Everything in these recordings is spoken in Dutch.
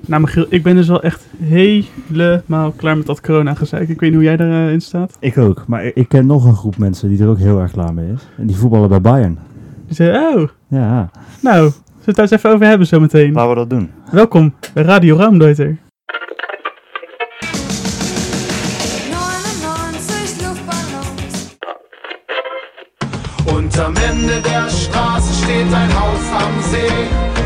Nou Michiel, ik ben dus wel echt helemaal klaar met dat corona-gezeik. Ik weet niet hoe jij daarin staat. Ik ook, maar ik ken nog een groep mensen die er ook heel erg klaar mee is. En die voetballen bij Bayern. Die zei, oh, Ja, nou, zullen we het daar eens even over hebben zometeen. laten we dat doen. Welkom bij Radio Raumdeuter. Und am Ende der Straße steht ein Haus am See.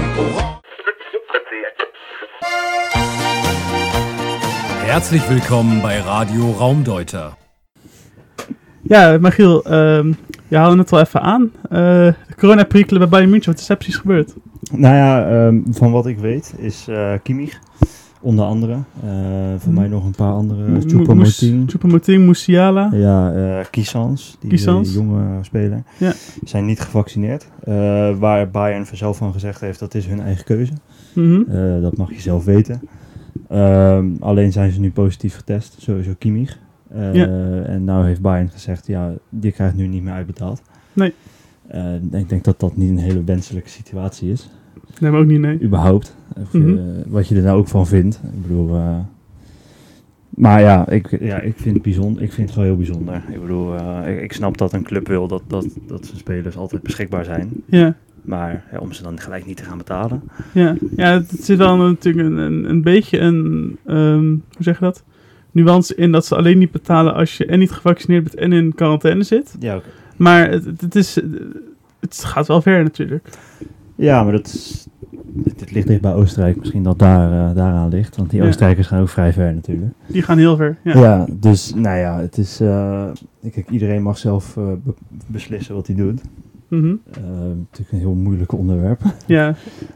Herzlich willkommen bei Radio Raumdeuter. Ja, Michiel, je haalde het al even aan. De coronaperikelen bij Bayern München, wat is er precies gebeurd? Nou ja, van wat ik weet is Kimmich, onder andere. Voor mij nog een paar andere. Choupo-Moting, Musiala. Ja, Cuisance, die jonge speler. Ja. Zijn niet gevaccineerd. Waar Bayern zelf van gezegd heeft, dat is hun eigen keuze. Mhm. Dat mag je zelf weten. Alleen zijn ze nu positief getest, sowieso Kimmich. En nou heeft Bayern gezegd, ja, die krijgt nu niet meer uitbetaald. Nee. Ik denk dat dat niet een hele wenselijke situatie is. Nee, maar ook niet, nee. Überhaupt. Wat je er nou ook van vindt. Ik bedoel... maar ja, ik vind het bijzonder. Ik vind het gewoon heel bijzonder. Ik bedoel, ik snap dat een club wil dat zijn spelers altijd beschikbaar zijn. Ja. Maar ja, om ze dan gelijk niet te gaan betalen. Ja, het zit wel natuurlijk een beetje een, hoe zeg je dat? Nuance in dat ze alleen niet betalen als je en niet gevaccineerd bent en in quarantaine zit. Ja, oké. Maar het gaat wel ver natuurlijk. Ja, maar het ligt dicht bij Oostenrijk. Misschien dat daaraan ligt. Want die Oostenrijkers gaan ook vrij ver natuurlijk. Die gaan heel ver, ja. Ja, dus nou ja, het is... kijk, iedereen mag zelf beslissen wat hij doet. Mhm. Natuurlijk een heel moeilijk onderwerp. Ja.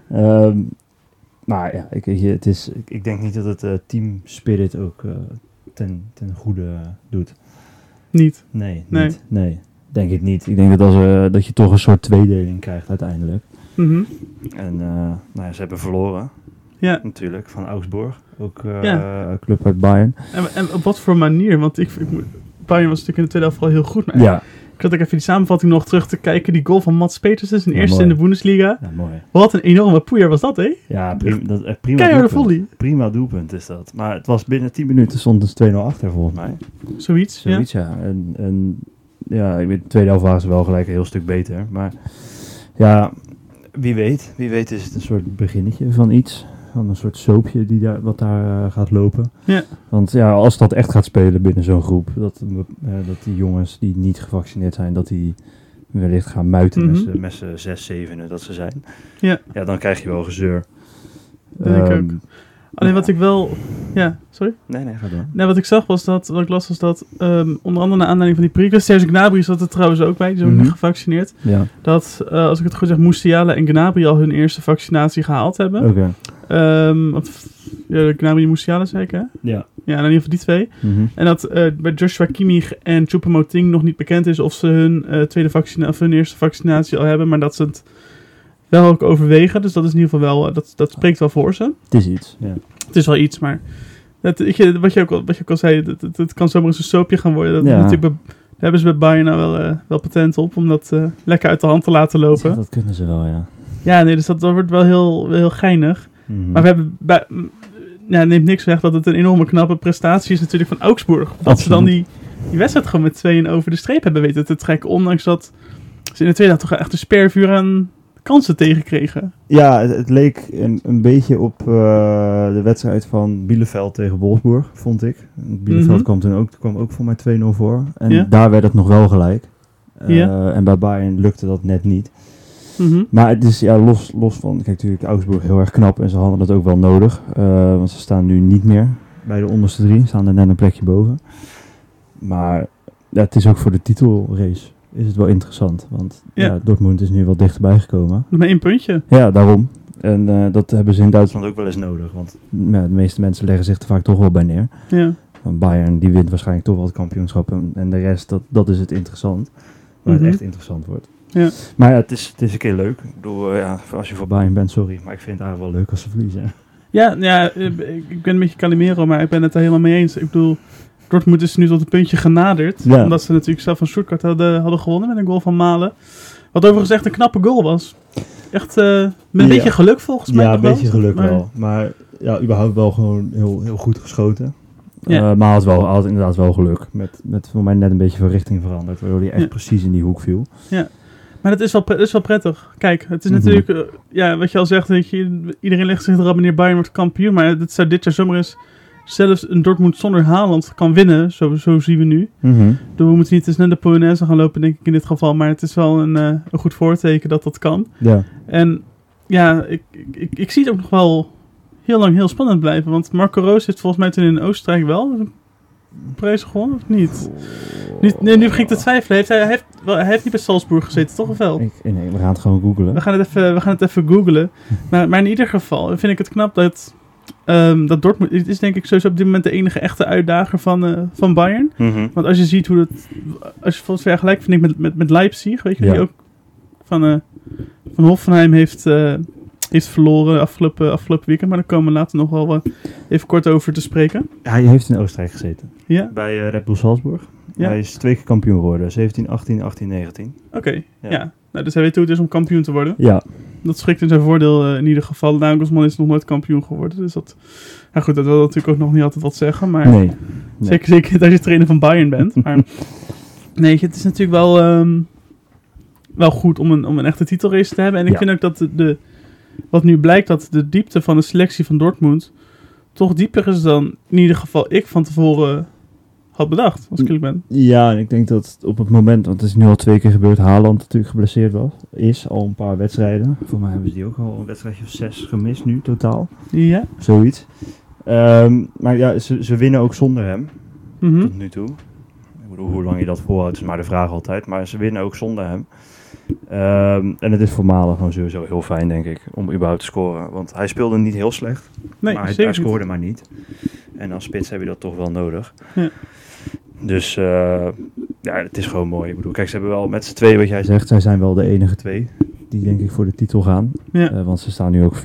Maar ja, ik denk niet dat het team spirit ook ten goede doet. Niet? Nee, denk ik niet. Ik denk dat je toch een soort tweedeling krijgt uiteindelijk. Mhm. En nou ja, ze hebben verloren. Ja. Natuurlijk, van Augsburg. Ook club uit Bayern. En op wat voor manier? Want Bayern was natuurlijk in de tweede helft wel heel goed. Maar Ja. ik had ook even die samenvatting nog terug te kijken. Die goal van Mats Petersen, zijn eerste mooi. in de Bundesliga. Ja, mooi. Wat een enorme poeier was dat, hè? Ja, prima Keiharde doelpunt. volley. Prima doelpunt is dat. Maar het was binnen 10 minuten stond dus 2-0 achter volgens mij. Zoiets, ja. Ja. En ja, ik weet, de tweede helft waren ze wel gelijk een heel stuk beter. Maar ja, wie weet. Wie weet is het een soort beginnetje van iets. Van een soort soapje wat daar gaat lopen. Ja. Want ja, als dat echt gaat spelen binnen zo'n groep. Dat die jongens die niet gevaccineerd zijn, dat die wellicht gaan muiten met z'n 6, 7 dat ze zijn. Ja. Ja, dan krijg je wel gezeur. Denk ik ook. Alleen wat ik wel... Ja, sorry? Nee, ga door. Nee, wat ik zag was dat... Wat ik las was dat... onder andere naar aanleiding van die perikelen... Serge Gnabry zat er trouwens ook bij. Die is ook niet gevaccineerd. Ja. Dat, als ik het goed zeg... Musiala en Gnabry al hun eerste vaccinatie gehaald hebben. Oké. Gnabry en Musiala zeker, hè? Ja. Ja, in ieder geval die twee. Mm-hmm. En dat bij Joshua Kimmich en Choupo-Moting nog niet bekend is... of ze hun eerste vaccinatie al hebben. Maar dat ze het wel ook overwegen. Dus dat is in ieder geval wel... Dat spreekt wel voor ze. Het is iets, ja. Het is wel iets, maar... Wat je ook al zei, het kan zomaar eens een soapje gaan worden. Daar hebben ze bij Bayern nou wel patent op, om dat lekker uit de hand te laten lopen. Ja, dat kunnen ze wel, ja. Ja, nee, dus dat wordt wel heel geinig. Mm-hmm. Maar we hebben... neemt niks weg dat het een enorme knappe prestatie is natuurlijk van Augsburg. Dat ze dan die wedstrijd gewoon met 2-1 over de streep hebben weten te trekken. Ondanks dat ze in de tweede toch echt een spervuur aan kansen tegenkregen. Ja, het leek een beetje op de wedstrijd van Bielefeld tegen Wolfsburg, vond ik. Bielefeld kwam ook voor mij 2-0 voor. En daar werd het nog wel gelijk. En bij Bayern lukte dat net niet. Mm-hmm. Maar het is los van... Kijk, natuurlijk Augsburg heel erg knap en ze hadden dat ook wel nodig. Want ze staan nu niet meer bij de onderste 3. Ze staan er net een plekje boven. Maar het is ook voor de titelrace is het wel interessant. Want Dortmund is nu wel dichterbij gekomen. Nog maar 1 puntje. Ja, daarom. En dat hebben ze in Duitsland ook wel eens nodig. Want de meeste mensen leggen zich er vaak toch wel bij neer. Ja. Want Bayern die wint waarschijnlijk toch wel het kampioenschap. En de rest, dat is het interessant. Waar het echt interessant wordt. Ja. Maar ja, het is een keer leuk. Ik bedoel, als je voor Bayern bent, sorry. Maar ik vind het eigenlijk wel leuk als ze verliezen. Ja, ik ben een beetje Calimero, maar ik ben het er helemaal mee eens. Ik bedoel, Dortmund is nu tot een puntje genaderd. Ja. Omdat ze natuurlijk zelf van Stuttgart hadden gewonnen met een goal van Malen. Wat overigens echt een knappe goal was. Echt met een beetje geluk volgens mij. Ja, een beetje geluk wel. Maar ja, überhaupt wel gewoon heel goed geschoten. Ja. Maar had inderdaad wel geluk. Met voor mij net een beetje van richting veranderd. Waardoor hij echt precies in die hoek viel. Ja. Maar dat is wel prettig. Kijk, het is natuurlijk... wat je al zegt, weet je, iedereen legt zich erop wanneer Bayern wordt kampioen. Maar het zou dit jaar zomaar eens... Zelfs een Dortmund zonder Haaland kan winnen. Zo zien we nu. Mm-hmm. We moeten niet te snel de Polonaise gaan lopen, denk ik in dit geval. Maar het is wel een goed voorteken dat kan. Ja. En ja, ik zie het ook nog wel heel lang heel spannend blijven. Want Marco Reus heeft volgens mij toen in Oostenrijk wel een prijs gewonnen, of niet? Nu begin ik te twijfelen. Hij heeft niet bij Salzburg gezeten, toch of wel? Nee, we gaan het gewoon googlen. We gaan het even googlen. Maar in ieder geval vind ik het knap dat Dortmund... Het is denk ik sowieso op dit moment de enige echte uitdager van Bayern. Mm-hmm. Want als je ziet hoe dat... Als je volgens vergelijkt, vind ik met Leipzig, weet je, die ook van Hoffenheim heeft verloren afgelopen weekend. Maar daar komen we later nog wel even kort over te spreken. Hij heeft in Oostenrijk gezeten. Ja? Bij Red Bull Salzburg. Ja. Hij is 2 keer kampioen geworden. 17, 18, 18, 19. Oké, ja. Nou, dus hij weet hoe het is om kampioen te worden. Ja. Dat schikt in zijn voordeel in ieder geval. Nagelsman is nog nooit kampioen geworden. Dus dat... Nou goed, dat wil natuurlijk ook nog niet altijd wat zeggen. Maar Nee. Zeker als je trainer van Bayern bent. Maar nee, het is natuurlijk wel goed om een echte titelrace te hebben. En ik vind ook dat wat nu blijkt, dat de diepte van de selectie van Dortmund toch dieper is dan in ieder geval ik van tevoren had bedacht, als ik eerlijk ben. Ja, en ik denk dat op het moment, want het is nu al 2 keer gebeurd, Haaland natuurlijk geblesseerd is, al een paar wedstrijden. Voor mij hebben ze die ook al een wedstrijdje of 6 gemist nu, totaal. Ja. Zoiets. Maar ja, ze winnen ook zonder hem, tot nu toe. Ik bedoel, hoe lang je dat volhoudt is maar de vraag altijd, maar ze winnen ook zonder hem. En het is voor Malen gewoon sowieso heel fijn, denk ik, om überhaupt te scoren. Want hij speelde niet heel slecht, Nee, maar hij scoorde maar niet. En als spits heb je dat toch wel nodig. Ja. Dus het is gewoon mooi. Ik bedoel, kijk, ze hebben wel met z'n tweeën, wat jij zegt, zij zijn wel de enige 2 die denk ik voor de titel gaan. Ja. Want ze staan nu ook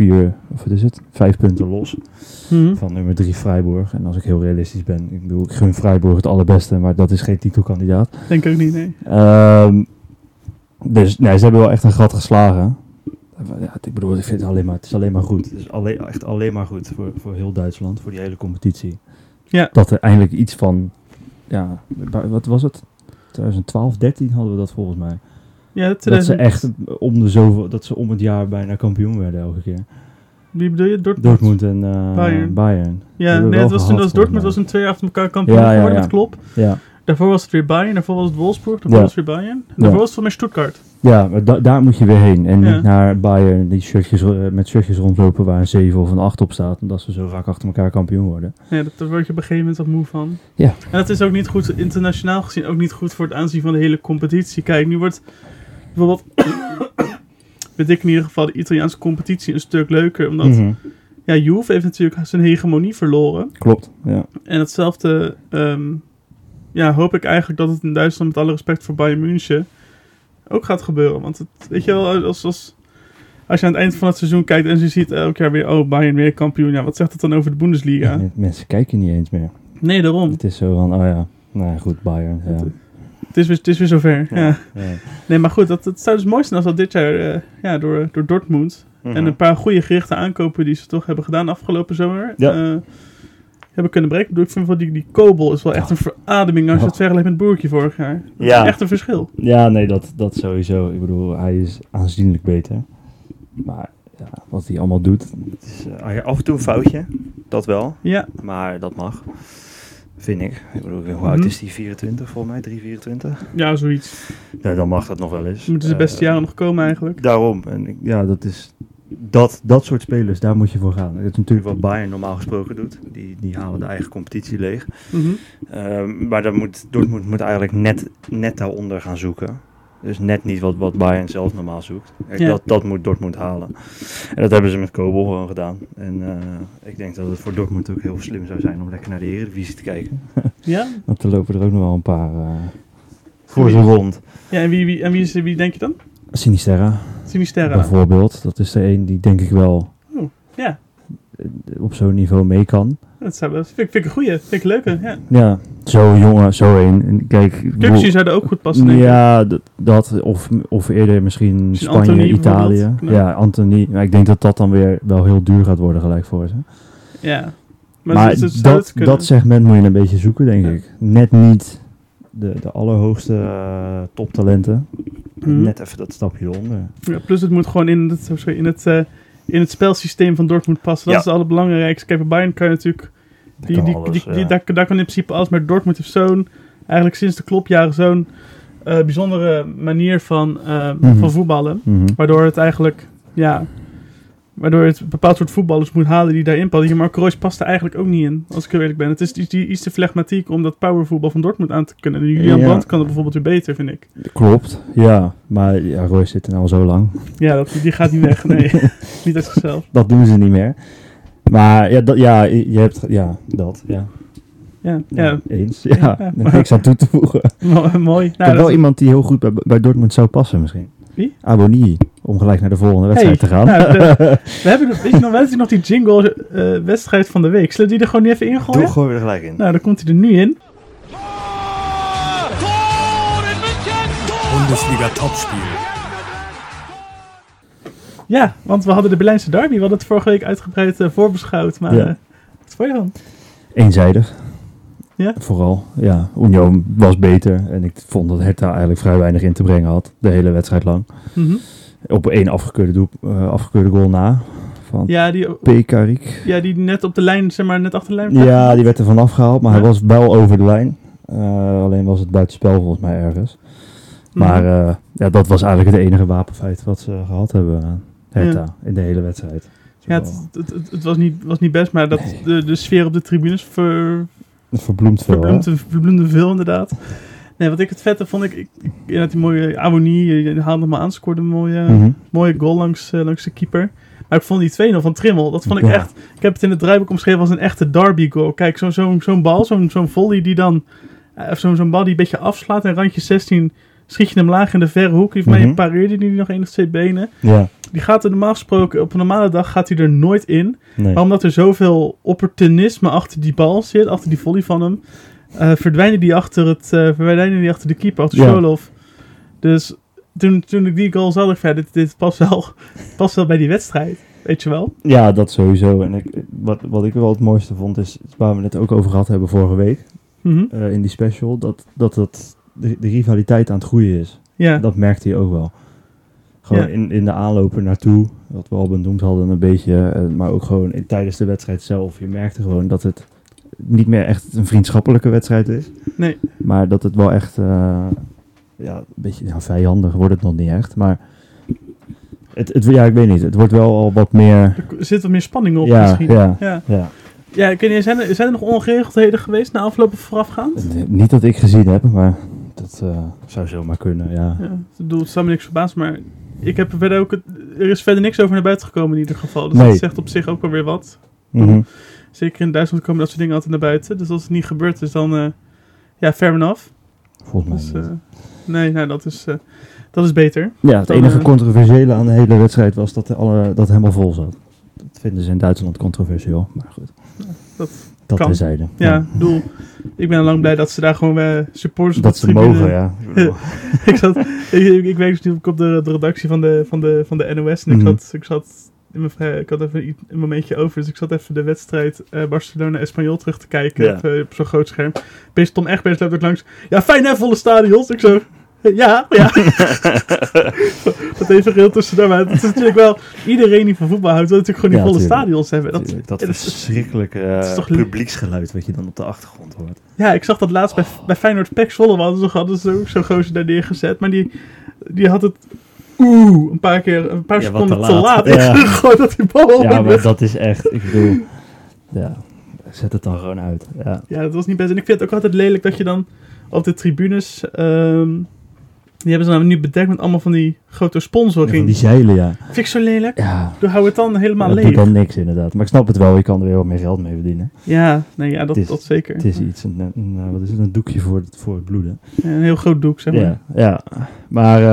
5 punten los van nummer 3 Freiburg. En als ik heel realistisch ben, ik bedoel, ik gun Freiburg het allerbeste, maar dat is geen titelkandidaat. Denk ook niet, nee. Dus nee, ze hebben wel echt een gat geslagen. Ja, ik bedoel, ik vind het is alleen maar goed. Het is echt alleen maar goed voor heel Duitsland, voor die hele competitie. Ja. Dat er eindelijk iets van, ja, wat was het? 2012, 13 hadden we dat volgens mij. Ja, dat ze echt dat ze om het jaar bijna kampioen werden elke keer. Wie bedoel je? Dortmund en Bayern. Ja, nee, het was toen Dortmund was een 2 jaar achter elkaar kampioen geworden, dat klopt. Ja. Daarvoor was het weer Bayern, daarvoor was het Wolfsburg, daarvoor was het weer Bayern. En daarvoor was het van mij Stuttgart. Ja, maar daar moet je weer heen. En niet naar Bayern die met shirtjes rondlopen waar een 7 of een 8 op staat. Omdat ze zo vaak achter elkaar kampioen worden. Ja, daar word je op een gegeven moment wat moe van. Ja. En dat is ook niet goed, internationaal gezien, ook niet goed voor het aanzien van de hele competitie. Kijk, nu wordt bijvoorbeeld, weet ik in ieder geval, de Italiaanse competitie een stuk leuker. Omdat, Juve heeft natuurlijk zijn hegemonie verloren. Klopt, ja. En hetzelfde... hoop ik eigenlijk dat het in Duitsland, met alle respect voor Bayern München, ook gaat gebeuren. Want weet je wel, als je aan het eind van het seizoen kijkt en je ziet elk jaar weer, Bayern weer kampioen. Ja, wat zegt het dan over de Bundesliga? Ja, mensen kijken niet eens meer. Nee, daarom. Het is zo van, goed, Bayern. Ja. Het is weer zover. Ja. Nee, maar goed, het zou dus mooi zijn als dat dit jaar door Dortmund en een paar goede gerichte aankopen die ze toch hebben gedaan afgelopen zomer. Hebben kunnen breken. Ik vind wel die Kobel is wel echt een verademing als je het vergelijkt met Boerkje vorig jaar. Dat is echt een verschil. Ja, nee, dat sowieso. Ik bedoel, hij is aanzienlijk beter. Maar ja, wat hij allemaal doet, het is af en toe een foutje. Dat wel. Ja. Maar dat mag. Vind ik. Ik bedoel, hoe oud is die? 24 volgens mij? 324? Ja, zoiets. Ja, dan mag dat nog wel eens. Moeten de beste jaren nog komen eigenlijk. Daarom. En dat is... Dat soort spelers, daar moet je voor gaan. Dat is natuurlijk wat Bayern normaal gesproken doet. Die halen de eigen competitie leeg. Maar Dortmund moet eigenlijk net daaronder gaan zoeken. Dus net niet wat Bayern zelf normaal zoekt. Dat moet Dortmund halen. En dat hebben ze met Kobel gewoon gedaan. En ik denk dat het voor Dortmund ook heel slim zou zijn om lekker naar de Eredivisie te kijken. Ja? Want er lopen er ook nog wel een paar voor ze rond. Ja, en wie denk je dan? Sinisterra. Bijvoorbeeld. Dat is er een die denk ik wel op zo'n niveau mee kan. Dat vind ik een goeie. Vind ik een leuke. Ja, ja, zo jongen, zo een. Kijk, Kuxi zou er ook goed passen. Ja, dat of eerder misschien Spanje, Antony, Italië. Ja, Antony. Maar ik denk dat dan weer wel heel duur gaat worden gelijk voor ze. Ja. Maar dat segment moet je een beetje zoeken, denk ik. Net niet de allerhoogste toptalenten. Net even dat stapje eronder. Ja, plus het moet gewoon in het spelsysteem van Dortmund passen. Dat is het allerbelangrijkste. Kijk, bij Bayern kan je natuurlijk... Daar kan in principe alles. Maar Dortmund heeft eigenlijk sinds de Klopp-jaren zo'n bijzondere manier van voetballen. Waardoor het eigenlijk... Waardoor het een bepaald soort voetballers moet halen die daarin passen. Marco Reus past er eigenlijk ook niet in, als ik eerlijk ben. Het is iets te flegmatiek om dat powervoetbal van Dortmund aan te kunnen. Julian Brandt kan het bijvoorbeeld weer beter, vind ik. Klopt, ja. Maar Reus zit er nou al zo lang. Ja, die gaat niet weg, nee. Niet uit zichzelf. Dat doen ze niet meer. Maar je hebt... Ja, dat, ja. Ja. Eens. Ja, niks aan toe te voegen. Mooi. Ik heb wel iemand die heel goed bij Dortmund zou passen misschien. Wie? Abonnie, om gelijk naar de volgende wedstrijd te gaan. We hebben nog die jingle wedstrijd van de week. Zullen we die er gewoon even in gooien? Gooi we er gelijk in. Nou, dan komt hij er nu in. Bundesliga Topspiel. Ja, want we hadden de Berlijnse derby. We hadden het vorige week uitgebreid voorbeschouwd. Maar wat vond je dan? Eenzijdig. Ja? Vooral, ja. Union was beter. En ik vond dat Hertha eigenlijk vrij weinig in te brengen had. De hele wedstrijd lang. Op 1 afgekeurde goal na. Van Pekarik. Ja, die net op de lijn, zeg maar, net achter de lijn. Ja, die werd er vanaf gehaald. Maar hij was wel over de lijn. Alleen was het buitenspel volgens mij ergens. Maar dat was eigenlijk het enige wapenfeit wat ze gehad hebben. Hertha, in de hele wedstrijd. Ja, het was niet best, maar dat de sfeer op de tribunes verbloemde veel, inderdaad. Nee, wat ik het vette vond, ik die mooie Abonnie, je haalde hem aan, scoorde een mooie goal langs de keeper. Maar ik vond die 2-0 van Trimmel, dat vond ik echt... Ik heb het in het draaiboek omschreven als een echte derby goal. Kijk, zo'n bal, zo'n volley die dan... zo'n bal die een beetje afslaat en randje 16... Schiet je hem laag in de verre hoek. Heeft mij pareerde die nog enigszins benen. Ja. Die gaat er normaal gesproken, op een normale dag gaat hij er nooit in. Nee. Maar omdat er zoveel opportunisme achter die bal zit, achter die volley van hem, verdwijnen die achter de keeper, achter Scholov. Dus toen ik die goal zag, ik dit past wel bij die wedstrijd. Weet je wel? Ja, dat sowieso. En wat ik wel het mooiste vond, is waar we het ook over gehad hebben vorige week. In die special, dat de rivaliteit aan het groeien is. Ja. Dat merkte je ook wel. Gewoon in de aanlopen naartoe, wat we al benoemd hadden een beetje, maar ook gewoon tijdens de wedstrijd zelf. Je merkte gewoon dat het niet meer echt een vriendschappelijke wedstrijd is. Nee. Maar dat het wel echt, een beetje vijandig wordt het nog niet echt. Maar ik weet niet. Het wordt wel al wat meer... Er zit wat meer spanning op misschien. Ja, zijn er nog ongeregeldheden geweest na afloop of voorafgaand? Niet dat ik gezien heb, maar dat zou zomaar kunnen, ja. Het zou me niks verbazen, maar ik heb er is verder niks over naar buiten gekomen in ieder geval. Dus dat zegt op zich ook alweer wat. Zeker in Duitsland komen dat soort dingen altijd naar buiten. Dus als het niet gebeurt is dan, fair enough. Volgens mij nee, dat is beter. Ja, het enige controversiële aan de hele wedstrijd was dat het helemaal vol zat. Dat vinden ze in Duitsland controversieel, maar goed. Dat terzijde. Ja, ik ben al lang blij dat ze daar gewoon supporters op dat ze mogen, ja. ik werk dus op de redactie van de NOS en ik had even een momentje over, dus ik zat even de wedstrijd Barcelona-Espanyol terug te kijken op zo'n groot scherm. Tom Egberts loopt ook langs. Ja, fijn hè, volle stadions. Ik zo... Ja. Dat even heel tussendoor. Maar het is natuurlijk wel... Iedereen die van voetbal houdt, wil natuurlijk gewoon die volle stadions hebben. Dat verschrikkelijke publieksgeluid wat je dan op de achtergrond hoort. Ja, ik zag dat laatst bij Feyenoord PEC Zwolle. Hadden ze zo'n gozer daar neergezet. Maar die had het... een paar seconden te laat. Gewoon dat die bal... Ja, maar dat is echt... Ik bedoel... Ja, zet het dan gewoon uit. Ja, dat was niet best. En ik vind het ook altijd lelijk dat je dan op de tribunes... die hebben ze nou nu bedekt met allemaal van die grote sponsoring. Van die zeilen, ja. Vind ik zo lelijk. Ja. Doe hou het dan helemaal leeg. Dat doet dan niks inderdaad. Maar ik snap het wel, je kan er weer wat meer geld mee verdienen. Ja, dat zeker. Het is iets, wat is het, een doekje voor het bloeden. Ja, een heel groot doek, zeg maar. Ja. Maar,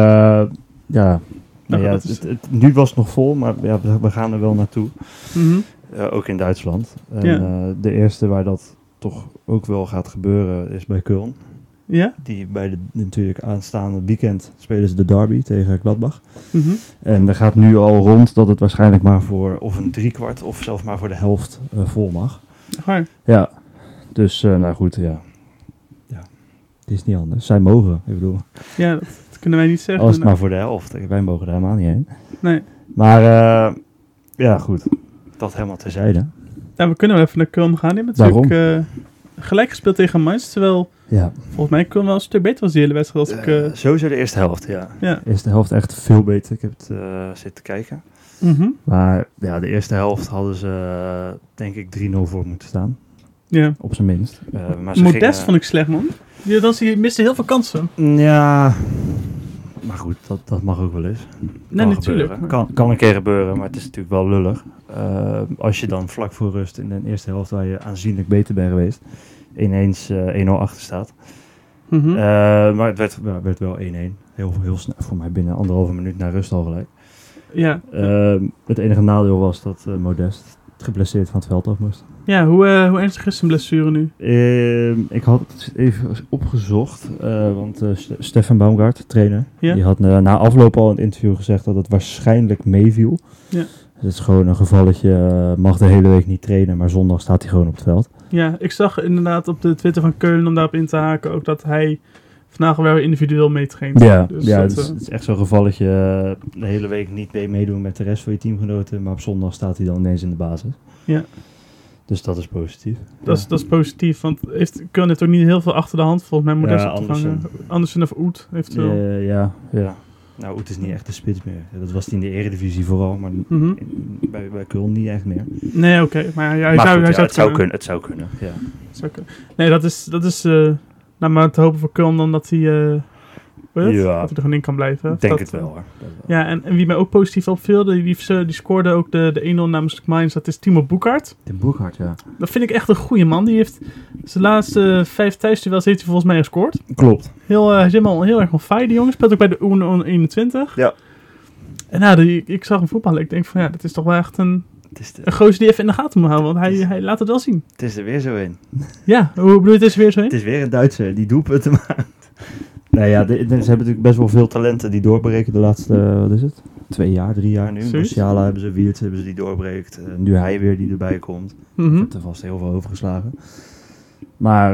nu was het nog vol, maar we gaan er wel naartoe. Ook in Duitsland. En de eerste waar dat toch ook wel gaat gebeuren is bij Köln. Ja? Die bij de natuurlijk aanstaande weekend spelen ze de derby tegen Gladbach. Mhm. En er gaat nu al rond dat het waarschijnlijk maar voor of een driekwart of zelfs maar voor de helft vol mag. Waar? Ja, dus nou goed, ja. Het is niet anders. Zij mogen, ik bedoel. Ja, dat kunnen wij niet zeggen. Als het maar voor de helft. Wij mogen er helemaal niet heen. Nee. Maar ja, goed. Dat helemaal terzijde. Ja, we kunnen wel even naar Köln gaan. Die hebben natuurlijk gelijk gespeeld tegen Mainz. Terwijl volgens mij Köln wel een stuk beter was die hele wedstrijd. Als sowieso de eerste helft, ja. Ja. De eerste helft echt veel beter. Ik heb het zitten kijken. Mhm. Maar ja, de eerste helft hadden ze denk ik 3-0 voor moeten staan. Ja. Op zijn minst. Maar Modest vond ik slecht, man. Die miste heel veel kansen. Ja, maar goed, dat mag ook wel eens. Nee, natuurlijk. Kan een keer gebeuren, maar het is natuurlijk wel lullig. Als je dan vlak voor rust in de eerste helft, waar je aanzienlijk beter bent geweest, ineens 1-0 achter staat. Mhm. Maar het werd wel 1-1. Heel snel, voor mij binnen 1,5 minuut na rust al gelijk. Ja. Het enige nadeel was dat Modest geblesseerd van het veld af moest. Ja, hoe ernstig is zijn blessure nu? Ik had het even opgezocht, want Stefan Baumgart, trainer, Ja? die had na afloop al in het interview gezegd dat het waarschijnlijk meeviel. Ja. Dus het is gewoon een gevalletje, mag de hele week niet trainen, maar zondag staat hij gewoon op het veld. Ja, ik zag inderdaad op de Twitter van Köln, om daarop in te haken, ook dat hij vandaag wel individueel meetraint. Ja, dus het is echt zo'n gevalletje, de hele week niet meedoen met de rest van je teamgenoten, maar op zondag staat hij dan ineens in de basis. Ja. Dus dat is positief. Dat is positief, want Köln heeft ook niet heel veel achter de hand. Volgens mij moet hij op te vangen. Andersen of Oet heeft wel. Ja. Nou, Oet is niet echt de spits meer. Dat was hij in de Eredivisie vooral, maar bij Köln niet echt meer. Nee, oké. Maar hij zou kunnen. Ja. Nee, dat is nou maar te hopen voor Köln dan dat hij... dat hij er gewoon in kan blijven. Ik denk het wel, hoor. Ja, en wie mij ook positief opviel, die scoorde ook de 1-0 namens Mainz, dat is Timo Boekhart. Boekhart, ja. Dat vind ik echt een goede man. Die heeft zijn laatste 5 thuisduels heeft hij volgens mij gescoord. Klopt. Hij is helemaal heel erg on fire, die jongen. Speelt ook bij de U21. Ja. En nou, ik zag hem voetballen. Ik denk van ja, dat is toch wel echt een gozer die even in de gaten moet houden, want hij laat het wel zien. Het is er weer zo in. Ja, hoe bedoel je het is er weer zo in? Het is weer een Duitser die doelpunten maakt. Nou ja, ze hebben natuurlijk best wel veel talenten die doorbreken de laatste, 2 jaar, 3 jaar nu. Musiala hebben ze, Wiertz hebben ze die doorbreekt. Nu hij weer die erbij komt. Ik heb er vast heel veel overgeslagen. Maar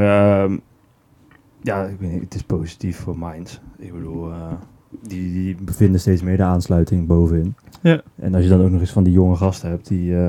ik weet niet, het is positief voor Mainz. Ik bedoel, die bevinden steeds meer de aansluiting bovenin. Ja. En als je dan ook nog eens van die jonge gasten hebt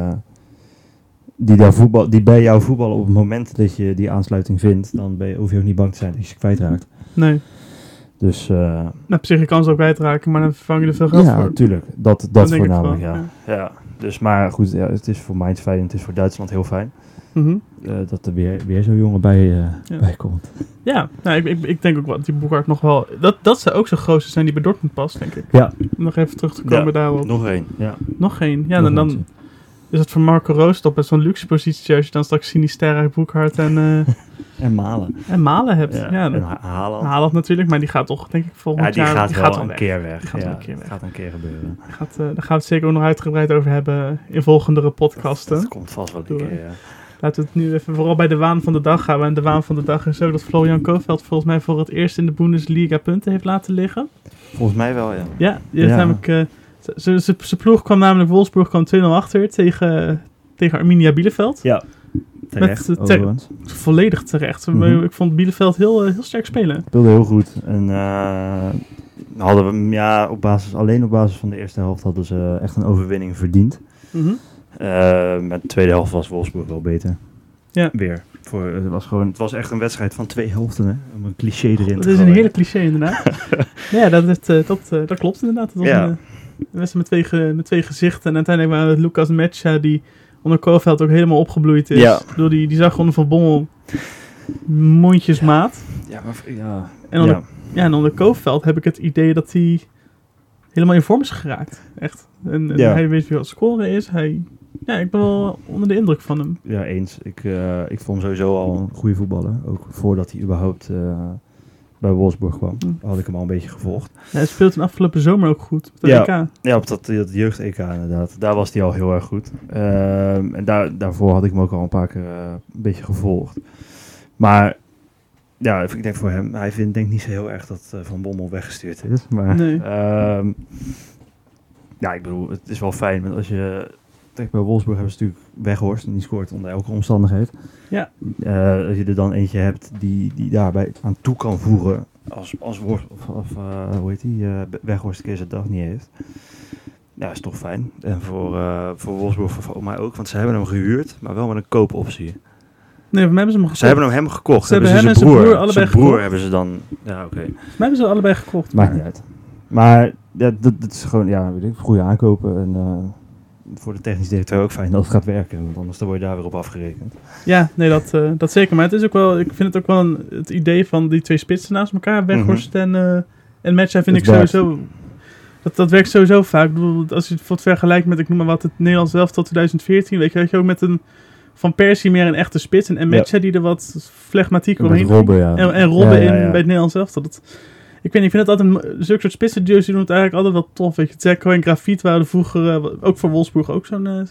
die bij jou voetballen op het moment dat je die aansluiting vindt, dan hoef je ook niet bang te zijn dat je ze kwijtraakt. Nee. Dus, op zich je kan ze ook kwijtraken, maar dan vervang je er veel geld voor. Ja, natuurlijk. Dat voornamelijk, ja. Dus, maar goed, het is voor Mainz fijn en het is voor Duitsland heel fijn. Dat er weer zo'n jongen bij komt. Ja, nou, ik denk ook wel dat die Boekhart nog wel... Dat zou ook zo'n gozer zijn die bij Dortmund past, denk ik. Ja. Om nog even terug te komen daarop. Nog één, ja. Nog één. Ja, dan is het voor Marco Roos toch best zo'n luxe positie als je dan straks Sinisterra, Boekhart en Malen hebt. Ja, en Haaland natuurlijk, maar die gaat toch, denk ik, volgend jaar... Die gaat wel een keer weg. Dat gaat een keer gebeuren. Daar gaan we het zeker ook nog uitgebreid over hebben in volgende podcasten. Dat komt vast wel een keer, ja. Laten we het nu even vooral bij de waan van de dag gaan. En de waan van de dag is ook dat Florian Kohfeldt volgens mij voor het eerst in de Bundesliga punten heeft laten liggen. Volgens mij wel, ja. Ja, die heeft namelijk... Zijn ploeg kwam namelijk, Wolfsburg kwam 2-0 achter tegen Arminia Bielefeld. Ja, terecht. Volledig terecht. Ik vond Bielefeld heel sterk spelen. Speelde heel goed. En hadden we alleen op basis van de eerste helft hadden ze echt een overwinning verdiend. Met de tweede helft was Wolfsburg wel beter. Ja. Weer. Het was echt een wedstrijd van 2 helften, hè? Om een cliché erin te gooien. Dat is een heerlijk cliché, inderdaad. Ja, dat klopt inderdaad. Het was een wedstrijd met 2 gezichten. En uiteindelijk waren het Lucas Mecha die onder Kohfeldt ook helemaal opgebloeid is. Ja. Die zag gewoon Van Bommel mondjesmaat. En onder Kohfeldt heb ik het idee dat hij helemaal in vorm is geraakt. Echt. En hij weet wie wat scoren is. Ik ben wel onder de indruk van hem. Ja, eens. Ik vond hem sowieso al een goede voetballer. Ook voordat hij überhaupt bij Wolfsburg kwam. Had ik hem al een beetje gevolgd. Ja, hij speelt de afgelopen zomer ook goed. Op de EK. Ja, op dat jeugd-EK inderdaad. Daar was hij al heel erg goed. En daarvoor had ik hem ook al een paar keer een beetje gevolgd. Maar Ja, ik denk voor hem, hij denkt niet zo heel erg dat Van Bommel weggestuurd is. Maar Nee. ja, ik bedoel, het is wel fijn. Want als je, kijk, bij Wolfsburg hebben ze natuurlijk Weghorst en die scoort onder elke omstandigheid. Ja. Als je er dan eentje hebt die daarbij aan toe kan voeren als hoe heet die, Weghorst een keer zijn dag niet heeft. Ja, is toch fijn. En voor Wolfsburg voor mij ook, want ze hebben hem gehuurd, maar wel met een koopoptie. Nee, voor mij hebben ze hem gekocht. Ze hebben hem gekocht. Ze hebben hem en zijn broer allebei zijn gekocht. broer hebben ze dan... Ja, oké. Volgens mij hebben ze allebei gekocht. Maakt niet uit. Maar ja, dat is gewoon, ja, weet ik, goede aankopen. En voor de technisch directeur ook fijn dat het gaat werken. Want anders dan word je daar weer op afgerekend. Ja, nee, dat zeker. Maar het is ook wel, ik vind het ook wel het idee van die twee spitsen naast elkaar, Weghorst en Matcha, vind ik sowieso... Dat werkt sowieso vaak. Ik bedoel, als je het bijvoorbeeld vergelijkt met, ik noem maar wat, het Nederlands zelf tot 2014, weet je ook met een Van Persie meer een echte spits en Matcha die er wat flegmatiek omheen Robben, ja. en Robben bij het Nederlands zelf. Ik weet niet, ik vind het altijd, zulke soort spitsenduo's, die doen het eigenlijk altijd wel tof. Weet je, Zeko en Grafiet waren vroeger, ook voor Wolfsburg, ook zo'n...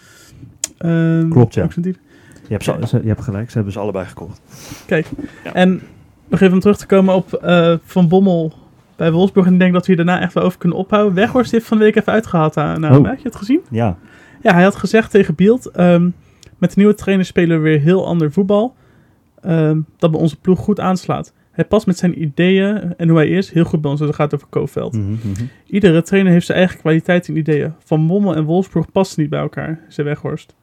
Klopt, ja. Ook zo'n type. Je hebt gelijk, ze hebben ze allebei gekocht. Kijk, ja. En nog even om terug te komen op Van Bommel bij Wolfsburg. En ik denk dat we hier daarna echt wel over kunnen ophouden. Weghorst heeft van de week even uitgehaald. Heb je het gezien? Ja. Ja, hij had gezegd tegen Bild, met de nieuwe trainer spelen we weer heel ander voetbal. Dat bij onze ploeg goed aanslaat. Hij past met zijn ideeën en hoe hij is heel goed bij ons. Dus het gaat over Koolveld. Iedere trainer heeft zijn eigen kwaliteit en ideeën. Van Bommel en Wolfsburg passen niet bij elkaar, zei Weghorst.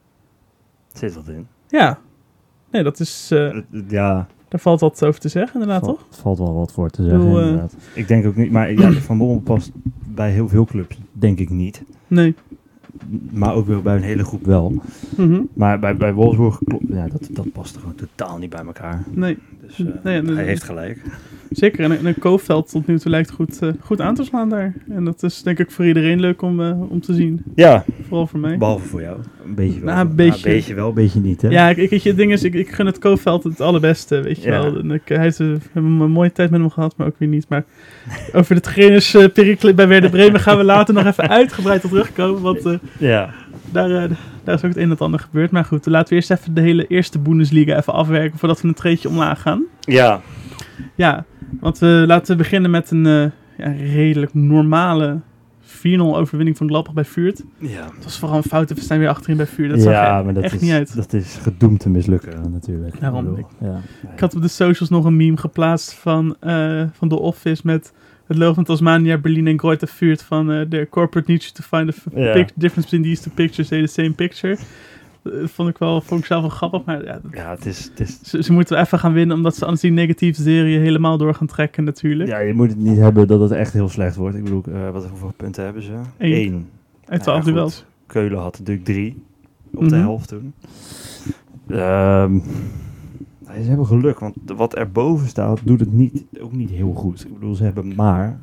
Zit dat in? Ja. Nee, dat is... ja. Daar valt wat over te zeggen, inderdaad, toch? Er valt wel wat voor te zeggen, inderdaad. Ik denk ook niet... Maar ja, Van Bommel past bij heel veel clubs, denk ik niet. Nee. Maar ook weer bij een hele groep wel. Maar bij Wolfsburg, ja, dat past er gewoon totaal niet bij elkaar. Nee. Dus hij heeft gelijk. Zeker, en een Koolveld tot nu toe lijkt goed aan te slaan daar. En dat is denk ik voor iedereen leuk om te zien. Ja. Vooral voor mij. Behalve voor jou. Een beetje wel. Een beetje wel, een beetje niet, hè? Ja, het ding is, ik gun het Koolveld het allerbeste, weet je wel. En hij heeft een mooie tijd met hem gehad, maar ook weer niet. Maar over de trainersperikelen bij Werder Bremen gaan we later nog even uitgebreid op terugkomen. Want daar is ook het een en het ander gebeurd. Maar goed, laten we eerst even de hele eerste Bundesliga even afwerken voordat we een treedje omlaag gaan. Ja. Ja, want laten we beginnen met een redelijk normale 4-0 overwinning van Gladbach bij Fürth. Ja. Het was vooral een foute verstaan weer achterin bij Fürth. Dat zag er echt niet uit. Dat is gedoemd te mislukken natuurlijk. Daarom. Ik had op de socials nog een meme geplaatst van The Office met het logo van Tasmania, Berlin en Greuther Fürth van the corporate needs to find the difference between these two pictures, say the same picture. Vond ik zelf wel grappig, maar het is... Ze moeten even gaan winnen, omdat ze anders die negatieve serie helemaal door gaan trekken natuurlijk. Ja, je moet het niet hebben dat het echt heel slecht wordt. Ik bedoel, hoeveel punten hebben ze? 1. Uit 12 duels. Keulen had natuurlijk 3 op de helft toen. Ze hebben geluk, want wat erboven staat doet het ook niet heel goed. Ik bedoel, ze hebben maar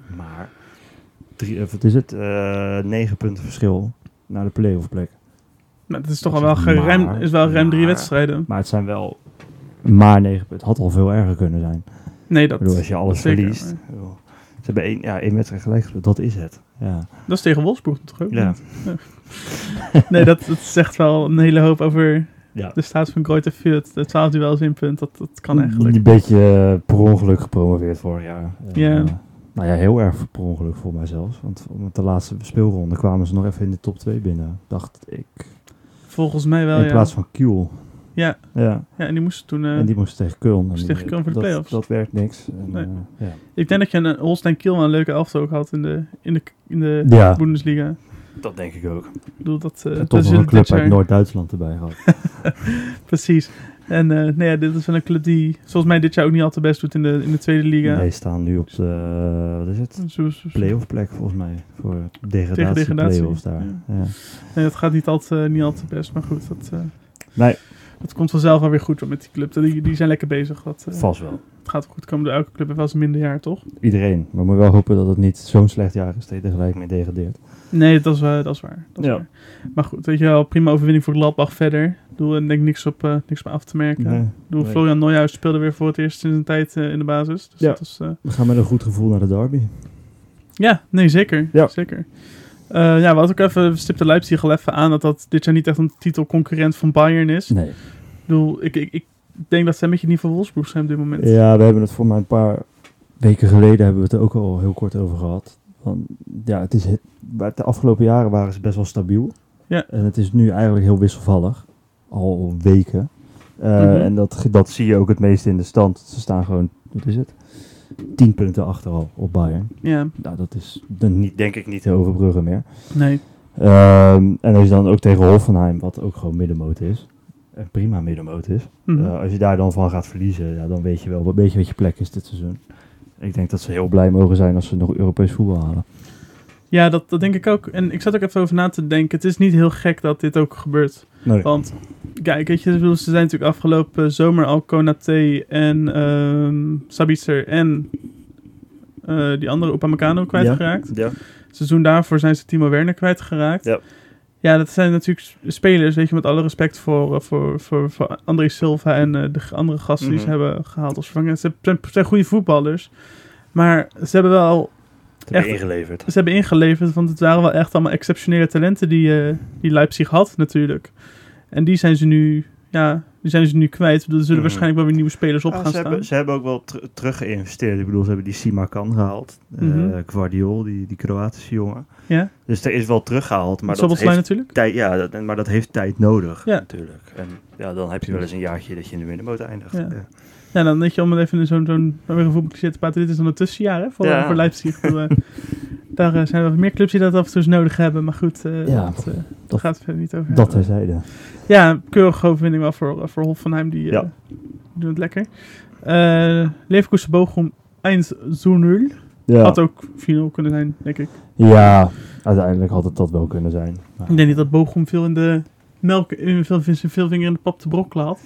9 punten verschil naar de play-off plek. Nou, dat is toch al wel ruim 3 wedstrijden. Maar het zijn wel maar 9 punten. Het had al veel erger kunnen zijn. Nee, dat... Ik bedoel, als je alles verliest. Zeker, ze hebben één wedstrijd gelijk gespeeld. Dat is het. Ja. Dat is tegen Wolfsburg toch ook? Ja. Nee, dat zegt wel een hele hoop over de staat van Greuther Fürth. De 12 duels in punt. Dat kan eigenlijk. Een beetje per ongeluk gepromoveerd vorig jaar. Ja. Nou ja, heel erg per ongeluk voor mij zelfs. Want met de laatste speelronde kwamen ze nog even in de top 2 binnen. Dacht ik. Volgens mij wel, in plaats van Kiel. Ja. Ja, en die moesten toen... en die moesten tegen Köln. Tegen Köln voor de play-offs. Dat werkt niks. En, Ik denk dat je een Holstein Kiel wel een leuke elftal ook had in de Bundesliga. Dat denk ik ook. Ik bedoel, dat toch nog een club uit Noord-Duitsland erbij gehad. Precies. En dit is wel een club die volgens mij dit jaar ook niet al te best doet in de tweede liga. Nee, staan nu op de, wat is het? Play-off plek volgens mij. Voor degradatie play-offs daar. Ja. Nee, dat gaat niet al te best, maar goed. Nee. Dat komt vanzelf wel weer goed met die club. Die zijn lekker bezig. Vast wel. Het gaat goed komen. Elke club heeft wel eens een minder jaar, toch? Iedereen. Maar we moeten wel hopen dat het niet zo'n slecht jaar is dat je tegelijk mee degradeert. Nee, dat is waar. Waar. Maar goed, weet je wel, prima overwinning voor Gladbach verder. Ik denk niks op af te merken. Nee. Florian Neuhaus speelde weer voor het eerst sinds een tijd in de basis. Dus dat is, we gaan met een goed gevoel naar de derby. Ja, nee, zeker. Ja. Zeker. We hadden ook even, stipte Leipzig al even aan dat dit jaar niet echt een titelconcurrent van Bayern is. Nee. Ik bedoel, ik denk dat zij een beetje het niveau Wolfsburg zijn op dit moment. Ja, we hebben het voor mij een paar weken geleden hebben we het er ook al heel kort over gehad. Want, ja, de afgelopen jaren waren ze best wel stabiel. Ja. En het is nu eigenlijk heel wisselvallig. Al weken. En dat zie je ook het meest in de stand. Ze staan gewoon, wat is het? 10 punten achter al op Bayern. Ja. Nou, dat is denk ik niet te overbruggen meer. Nee. En als je dan ook tegen Hoffenheim, wat ook gewoon middenmoot is. En prima middenmoot is. Als je daar dan van gaat verliezen, ja, dan weet je wel een beetje wat je plek is dit seizoen. Ik denk dat ze heel blij mogen zijn als ze nog Europees voetbal halen. Ja, dat denk ik ook. En ik zat ook even over na te denken. Het is niet heel gek dat dit ook gebeurt. Nee. Want, kijk, weet je, ze zijn natuurlijk afgelopen zomer al Konaté en Sabitzer en die andere Upamecano kwijtgeraakt. Ja. Het seizoen daarvoor zijn ze Timo Werner kwijtgeraakt. Ja. Ja, dat zijn natuurlijk spelers, weet je, met alle respect voor André Silva en de andere gasten die ze hebben gehaald als vervanger. Ze zijn goede voetballers, maar ze hebben wel ingeleverd. Ze hebben ingeleverd, want het waren wel echt allemaal exceptionele talenten die Leipzig had natuurlijk. En die zijn ze nu kwijt. Er zullen waarschijnlijk wel weer nieuwe spelers op gaan staan. Ze hebben ook wel terug geïnvesteerd. Ik bedoel, ze hebben die Simakan gehaald. Guardiol, die Kroatische jongen. Ja. Dus er is wel teruggehaald. Maar dat heeft natuurlijk. Tijd, maar dat heeft tijd nodig natuurlijk. En ja, dan heb je wel eens een jaartje dat je in de middenmoot eindigt. Ja. Ja, dan weet je, om even zo'n voetbalcliché te praten. Dit is dan een tussenjaar hè, voor Leipzig. Daar zijn er meer clubs die dat af en toe nodig hebben. Maar goed, daar gaat het verder niet over. Dat terzijde. Ja, keurige overwinning wel voor Hoffenheim. Die doen het lekker. Leverkusen Bochum 1-0. Ja. Had ook 4-0 kunnen zijn, denk ik. Ja, uiteindelijk had het dat wel kunnen zijn. Maar ik denk niet dat Bochum veel in de melk, veel vinger in de pap te brokkelen had.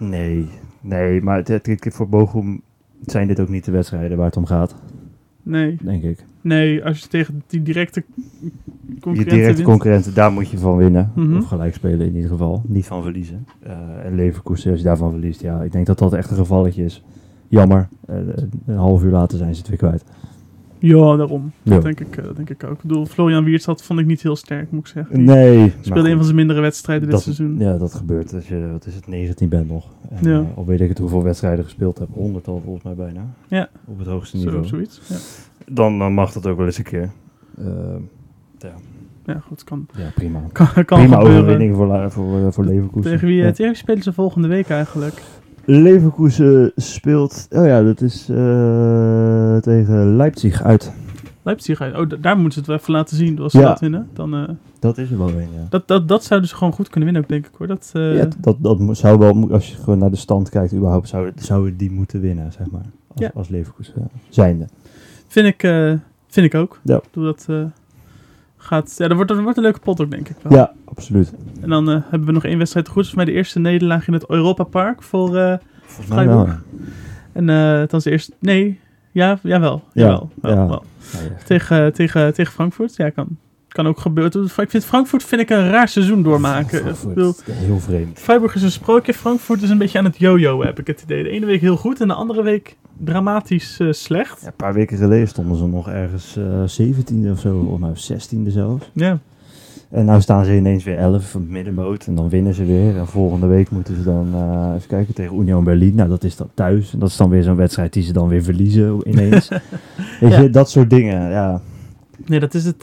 Nee, maar voor Bochum zijn dit ook niet de wedstrijden waar het om gaat. Nee. Denk ik. Nee, als je tegen die directe concurrenten, daar moet je van winnen. Of gelijk spelen in ieder geval. Niet van verliezen. En Leverkusen, als je daarvan verliest, ja, ik denk dat dat echt een gevalletje is. Jammer. Een half uur later zijn ze het weer kwijt. Ja, daarom. Dat denk ik ook. Ik bedoel, Florian Wirtz vond ik niet heel sterk, moet ik zeggen. Nee. Speelde een van zijn mindere wedstrijden dit seizoen. Ja, dat gebeurt als je, 19 bent nog. En, al weet ik het hoeveel wedstrijden gespeeld heb. 100-tal volgens mij bijna. Ja. Op het hoogste niveau. Zoiets, ja. Dan mag dat ook wel eens een keer. Ja, goed, kan. Ja, prima. Kan prima gebeuren. Overwinning voor Leverkusen. Tegen wie spelen ze volgende week eigenlijk? Leverkusen speelt... Oh ja, dat is tegen Leipzig uit. Leipzig uit. Oh, daar moeten ze het wel even laten zien. Als ze dat winnen, dan... dat is er wel een, ja. Dat zouden ze gewoon goed kunnen winnen ook, denk ik, hoor. Dat zou wel... Als je gewoon naar de stand kijkt, überhaupt zouden die moeten winnen, zeg maar. Als Leverkusen zijnde. Vind ik ook. Ja. Doe dat... dat wordt een leuke pot ook, denk ik wel. Ja, absoluut. En dan hebben we nog 1 wedstrijd te goed. Volgens mij de eerste nederlaag in het Europa Park voor Freiburg. Wel, ja. En het was eerst... Nee, jawel. Tegen Frankfurt. Ja, kan ook gebeuren. Frankfurt vind ik een raar seizoen doormaken. Heel vreemd. Freiburg is een sprookje. Frankfurt is een beetje aan het yo-yo, heb ik het idee. De ene week heel goed en de andere week dramatisch slecht. Ja, een paar weken geleden stonden ze nog ergens 17e of zo, of nou 16e zelfs. Ja. En nou staan ze ineens weer 11 van middenmoot en dan winnen ze weer. En volgende week moeten ze dan even kijken tegen Union Berlin. Nou, dat is dan thuis. En dat is dan weer zo'n wedstrijd die ze dan weer verliezen ineens. Weet je, dat soort dingen, ja. Nee, dat is het.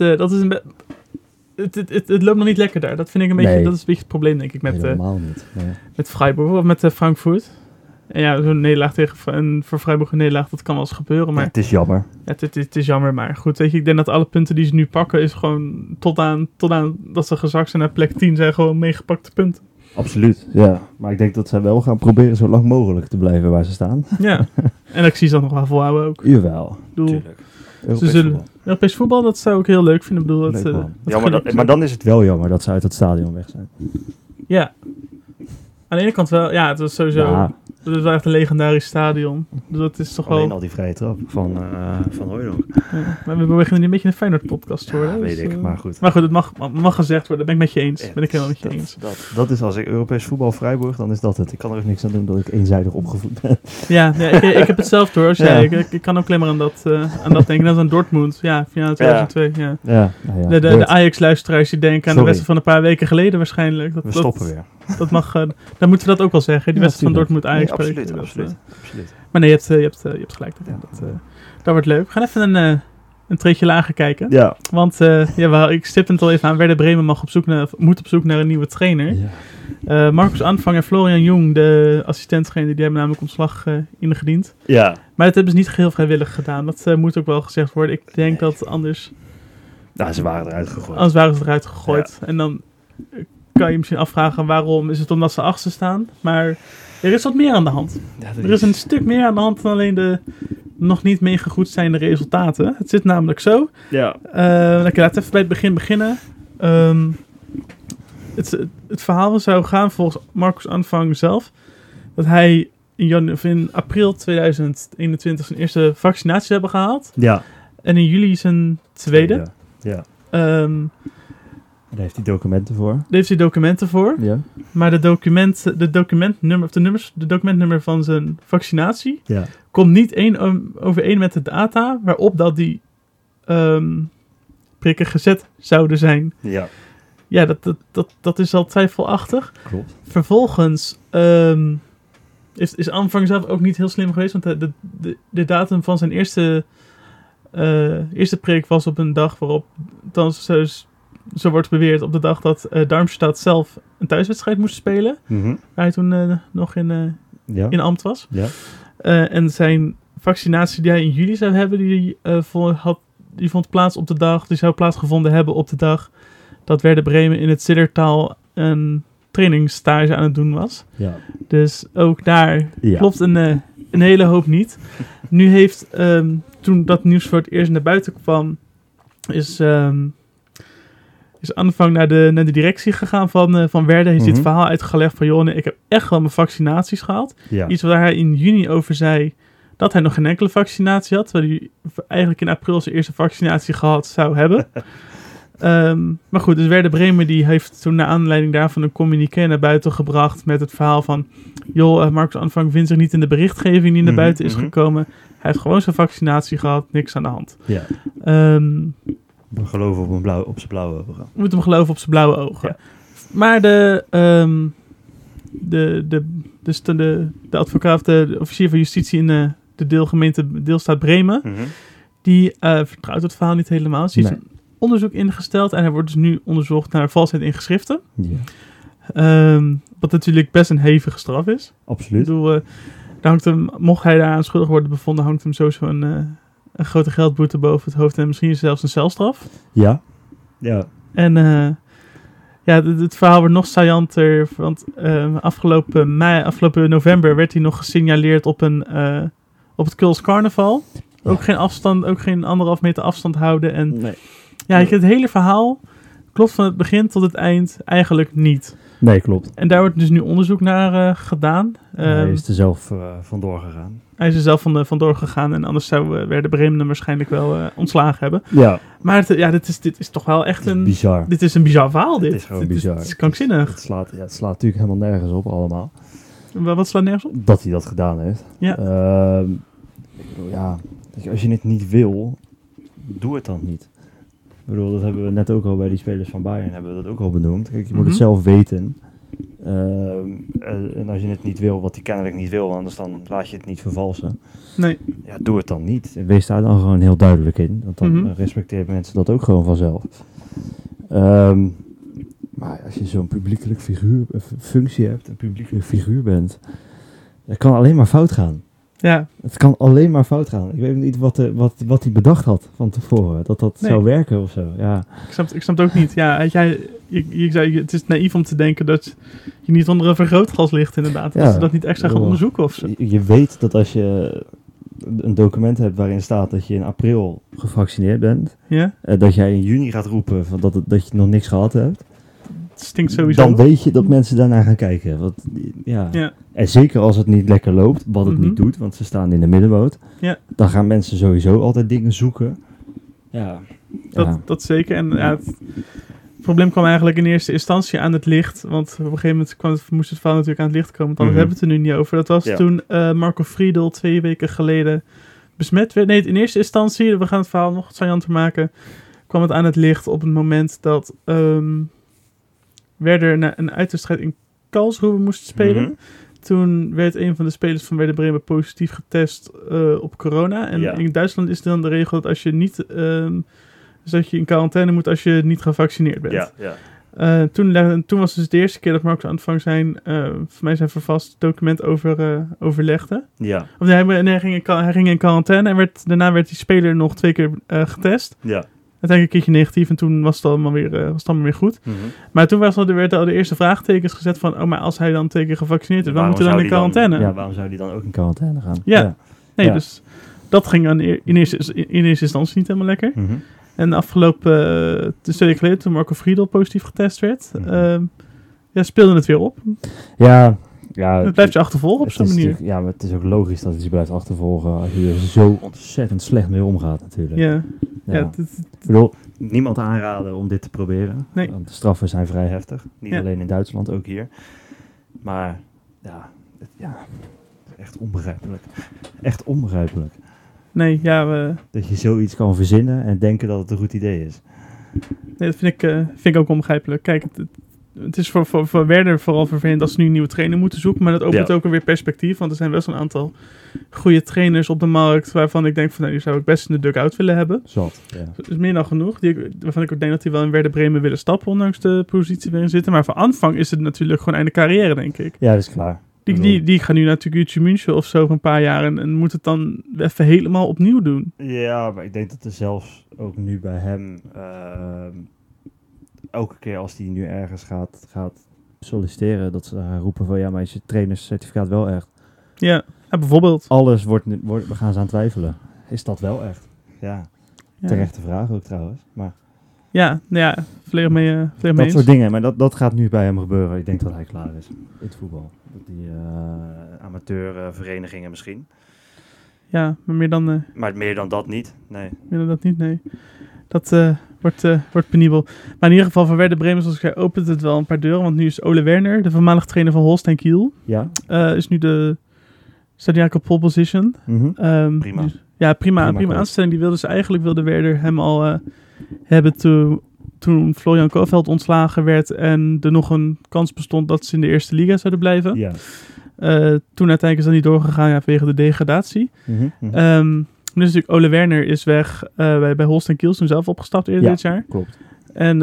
Het loopt nog niet lekker daar. Dat vind ik een beetje. Dat is een beetje het probleem, denk ik, helemaal niet. Nee. Met Freiburg of met Frankfurt. En ja, zo'n nederlaag voor Freiburg een nederlaag, dat kan wel eens gebeuren. Maar ja, het is jammer. Het is jammer, maar goed, weet je, ik denk dat alle punten die ze nu pakken is gewoon tot aan dat ze gezakt zijn naar plek 10 zijn gewoon meegepakte punten. Absoluut, ja. Maar ik denk dat zij wel gaan proberen zo lang mogelijk te blijven waar ze staan. Ja, en ik zie ze dat nog wel volhouden ook. Jawel, natuurlijk. Europees voetbal, dat zou ik heel leuk vinden. Ik bedoel, maar dan is het wel jammer dat ze uit het stadion weg zijn. Ja. Aan de ene kant wel, ja, het was sowieso... Ja. Het is wel echt een legendarisch stadion. Dus dat is toch alleen al die vrije trap van Hooijdonk. Ja, maar we beginnen een beetje een Feyenoord-podcast te worden. Ja, weet ik, maar goed. Maar goed, het mag gezegd worden. Dat ben ik met je eens. Ben ik helemaal met je eens. Dat is als ik Europees voetbal Freiburg, dan is dat het. Ik kan er ook niks aan doen dat ik eenzijdig opgevoed ben. Ja, ik heb het zelf door. Ik kan ook alleen maar aan dat denken. Dat is aan Dortmund. Ja, finale 2002. Ja. De Ajax-luisteraars die denken aan de wedstrijd van een paar weken geleden waarschijnlijk. We stoppen weer. Dat mag, dan moeten we dat ook wel zeggen. Die wedstrijd van Dortmund Ajax. Nee, absoluut. Maar nee, je hebt gelijk. Dat wordt leuk. We gaan even een treedje lager kijken. Ja. Want ik stip het al even aan. Werder Bremen moet op zoek naar een nieuwe trainer. Ja. Marcus Anfang en Florian Jung, de assistent-trainer, die hebben namelijk ontslag ingediend. Ja. Maar dat hebben ze niet geheel vrijwillig gedaan. Dat moet ook wel gezegd worden. Ik denk dat anders... Nou, ze waren eruit gegooid. Anders waren ze eruit gegooid. Ja. En dan kan je misschien afvragen waarom. Is het omdat ze achter staan? Maar er is wat meer aan de hand. Ja, er is een stuk meer aan de hand dan alleen de nog niet meegegoed zijnde resultaten. Het zit namelijk zo. Ja. Laten we even bij het begin beginnen. Het verhaal zou gaan volgens Marcus Anfang zelf. Dat hij in april 2021 zijn eerste vaccinatie hebben gehaald. Ja. En in juli zijn tweede. Ja. Daar heeft hij documenten voor. Ja. Maar de documentnummer van zijn vaccinatie komt niet overeen met de data waarop dat die prikken gezet zouden zijn. Ja. Ja, dat is al twijfelachtig. Klopt. Vervolgens is Anfang zelf ook niet heel slim geweest, want de datum van zijn eerste prik was op een dag waarop, zo wordt beweerd, op de dag dat Darmstadt zelf een thuiswedstrijd moest spelen. Mm-hmm. Waar hij toen nog in ambt was. Ja. En zijn vaccinatie die hij in juli zou hebben, die vond plaats op de dag, die zou plaatsgevonden hebben op de dag dat Werder Bremen in het Zillertal een trainingsstage aan het doen was. Ja. Dus ook daar klopt een hele hoop niet. Nu heeft, toen dat nieuws voor het eerst naar buiten kwam, is Anfang naar de directie gegaan van Werder. Heeft dit verhaal uitgelegd van, joh, nee, ik heb echt wel mijn vaccinaties gehad. Ja. Iets waar hij in juni over zei dat hij nog geen enkele vaccinatie had. Terwijl hij eigenlijk in april zijn eerste vaccinatie gehad zou hebben. Maar goed, dus Werder Bremen die heeft toen naar aanleiding daarvan een communiqué naar buiten gebracht met het verhaal van, joh, Marcus Anfang vindt zich niet in de berichtgeving die naar buiten is gekomen. Hij heeft gewoon zijn vaccinatie gehad, niks aan de hand. Ja. We geloven op zijn blauwe ogen. We moeten hem geloven op zijn blauwe ogen. Ja. Maar de advocaat, de officier van justitie in de deelstaat Bremen, die vertrouwt het verhaal niet helemaal. Dus die heeft een onderzoek ingesteld en hij wordt dus nu onderzocht naar valsheid in geschriften. Ja. Wat natuurlijk best een hevige straf is. Absoluut. Ik bedoel, mocht hij daaraan schuldig worden bevonden, hangt hem sowieso een grote geldboete boven het hoofd en misschien zelfs een celstraf. Ja. Ja. En het verhaal wordt nog saillanter, want afgelopen november werd hij nog gesignaleerd op het Kuls Carnaval. Ja. Ook geen 1,5 meter afstand houden. En het hele verhaal klopt van het begin tot het eind eigenlijk niet. Nee, klopt. En daar wordt dus nu onderzoek naar gedaan. Hij is er zelf vandoor gegaan. Hij is er zelf vandoor gegaan en anders zou Werder Bremen hem waarschijnlijk wel ontslagen hebben. Ja. Maar dit is toch wel echt bizar. Dit is een bizar verhaal. Het is gewoon bizar. Het is krankzinnig. Het slaat natuurlijk helemaal nergens op allemaal. Wat slaat nergens op? Dat hij dat gedaan heeft. Ja. Als je het niet wil, doe het dan niet. Ik bedoel, dat hebben we net ook al bij die spelers van Bayern hebben we dat ook al benoemd. Kijk, je moet het zelf weten. En als je het niet wil, wat hij kennelijk niet wil, anders dan laat je het niet vervalsen. Nee. Ja, doe het dan niet. Wees daar dan gewoon heel duidelijk in. Want dan respecteren mensen dat ook gewoon vanzelf. Maar als je zo'n publiekelijk functie hebt, een publiekelijk figuur bent, dat kan alleen maar fout gaan. Ja. Het kan alleen maar fout gaan. Ik weet niet wat hij bedacht had van tevoren. Dat zou werken of zo. Ja. Ik snap het ook niet. Ja, je zei, het is naïef om te denken dat je niet onder een vergrootglas ligt inderdaad. Ja. Dat ze dat niet extra gaan onderzoeken of zo. Je weet dat als je een document hebt waarin staat dat je in april gevaccineerd bent. Ja. Dat jij in juni gaat roepen van dat je nog niks gehad hebt. Het stinkt sowieso. Dan weet je dat mensen daarnaar gaan kijken. Want, ja. En zeker als het niet lekker loopt, wat het niet doet, want ze staan in de middenboot. Ja. Dan gaan mensen sowieso altijd dingen zoeken. Ja. Dat zeker. En het probleem kwam eigenlijk in eerste instantie aan het licht. Want op een gegeven moment moest het verhaal natuurlijk aan het licht komen. Want anders hebben we het er nu niet over. Dat was toen Marco Friedl 2 weken geleden besmet werd. Nee, in eerste instantie, we gaan het verhaal nog saillanter maken, kwam het aan het licht op het moment dat Werder na een uitwedstrijd in Karlsruhe moesten spelen. Mhm. Toen werd een van de spelers van Werder Bremen positief getest op corona. En in Duitsland is dan de regel dat als je niet... dus dat je in quarantaine moet als je niet gevaccineerd bent. Ja. Toen was dus de eerste keer dat Marcus Anfang zijn vervast document overlegde. Ja. Of hij ging in quarantaine en daarna werd die speler nog 2 keer getest. Ja. Uiteindelijk een keertje negatief en toen was het allemaal weer goed. Mm-hmm. Maar toen werden al de eerste vraagtekens gezet van... maar als hij dan 2 keer gevaccineerd is, waarom moet hij dan in quarantaine? Waarom zou hij dan ook in quarantaine gaan? Dus dat ging dan in eerste instantie niet helemaal lekker. Mm-hmm. En de afgelopen 2 weken geleden, toen Marco Friedel positief getest werd... speelde het weer op. Ja, het blijft je achtervolgen op zo'n manier. Ja, maar het is ook logisch dat het je blijft achtervolgen als je er zo ontzettend slecht mee omgaat natuurlijk. Ja. Ik bedoel, niemand aanraden om dit te proberen. Nee. Want de straffen zijn vrij heftig. Niet alleen in Duitsland, ook hier. Maar echt onbegrijpelijk. Echt onbegrijpelijk. Nee, dat je zoiets kan verzinnen en denken dat het een goed idee is. Nee, dat vind ik ook onbegrijpelijk. Kijk, het is voor Werder vooral vervelend dat ze nu een nieuwe trainer moeten zoeken. Maar dat opent ook weer perspectief. Want er zijn best een aantal goede trainers op de markt. Waarvan ik denk van die zou ik best in de dugout willen hebben. Zat, ja. Dat is meer dan genoeg. Waarvan ik ook denk dat die wel in Werder Bremen willen stappen. Ondanks de positie waarin zitten. Maar voor Anfang is het natuurlijk gewoon einde carrière, denk ik. Ja, dat is klaar. Die gaan nu natuurlijk Bayern München of zo voor een paar jaar. En moet het dan even helemaal opnieuw doen. Ja, maar ik denk dat er zelfs ook nu bij hem... elke keer als hij nu ergens gaat solliciteren, dat ze gaan roepen van ja, maar is je trainerscertificaat wel echt? Ja, bijvoorbeeld. Alles we gaan ze aan twijfelen. Is dat wel echt? Ja, terechte vraag ook trouwens. Maar volledig mee dat soort dingen, maar dat gaat nu bij hem gebeuren. Ik denk dat hij klaar is in het voetbal. Dat die amateurverenigingen misschien. Ja, maar meer dan... maar meer dan dat niet, nee. Meer dan dat niet, nee. Dat wordt penibel. Maar in ieder geval voor Werder Bremen, zoals ik zei, opent het wel een paar deuren. Want nu is Ole Werner, de voormalig trainer van Holstein Kiel, is nu staat hij eigenlijk op pole position. Mm-hmm. Prima. Dus, prima aanstelling. Wilde Werder hem al hebben toen Florian Kohfeldt ontslagen werd en er nog een kans bestond dat ze in de eerste liga zouden blijven. Ja. Toen uiteindelijk is dat niet doorgegaan vanwege de degradatie. Mm-hmm. Dus natuurlijk Ole Werner is weg bij Holstein Kiel, toen zelf opgestapt eerder dit jaar. Klopt. En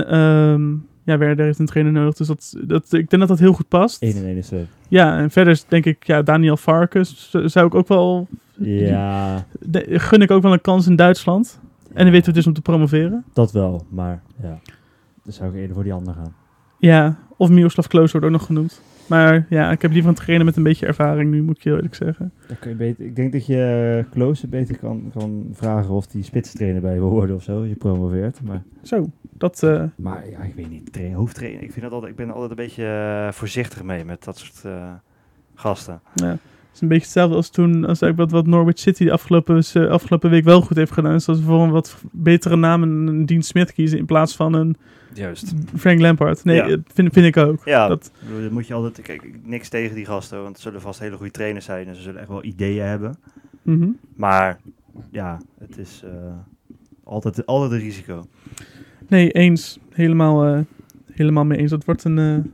Werder heeft een trainer nodig, dus ik denk dat dat heel goed past. 1 en 1 is 2. Ja, en verder denk ik, Daniel Farkes zou ik ook wel... Ja. Gun ik ook wel een kans in Duitsland. En dan weten we het dus om te promoveren. Dat wel, maar dan zou ik eerder voor die ander gaan. Ja, of Miroslav Klose wordt ook nog genoemd. Maar ik heb liever een trainer met een beetje ervaring nu, moet ik heel eerlijk zeggen. Ik denk dat je Klose beter kan vragen of die spitstrainer bij wil worden of zo, als je promoveert. Maar zo, dat... Maar ik weet niet, hoofdtrainer. Ik ben altijd een beetje voorzichtig mee met dat soort gasten. Ja, het is een beetje hetzelfde als toen, als wat Norwich City de afgelopen week wel goed heeft gedaan. Is dat ze voor een wat betere naam een Dean Smith kiezen in plaats van een... Juist. Frank Lampard. Nee, vind ik ook. Ja, dat moet je altijd... Kijk, niks tegen die gasten, want het zullen vast hele goede trainers zijn en ze zullen echt wel ideeën hebben. Mm-hmm. Maar het is altijd een risico. Nee, eens. Helemaal mee eens. Dat wordt een...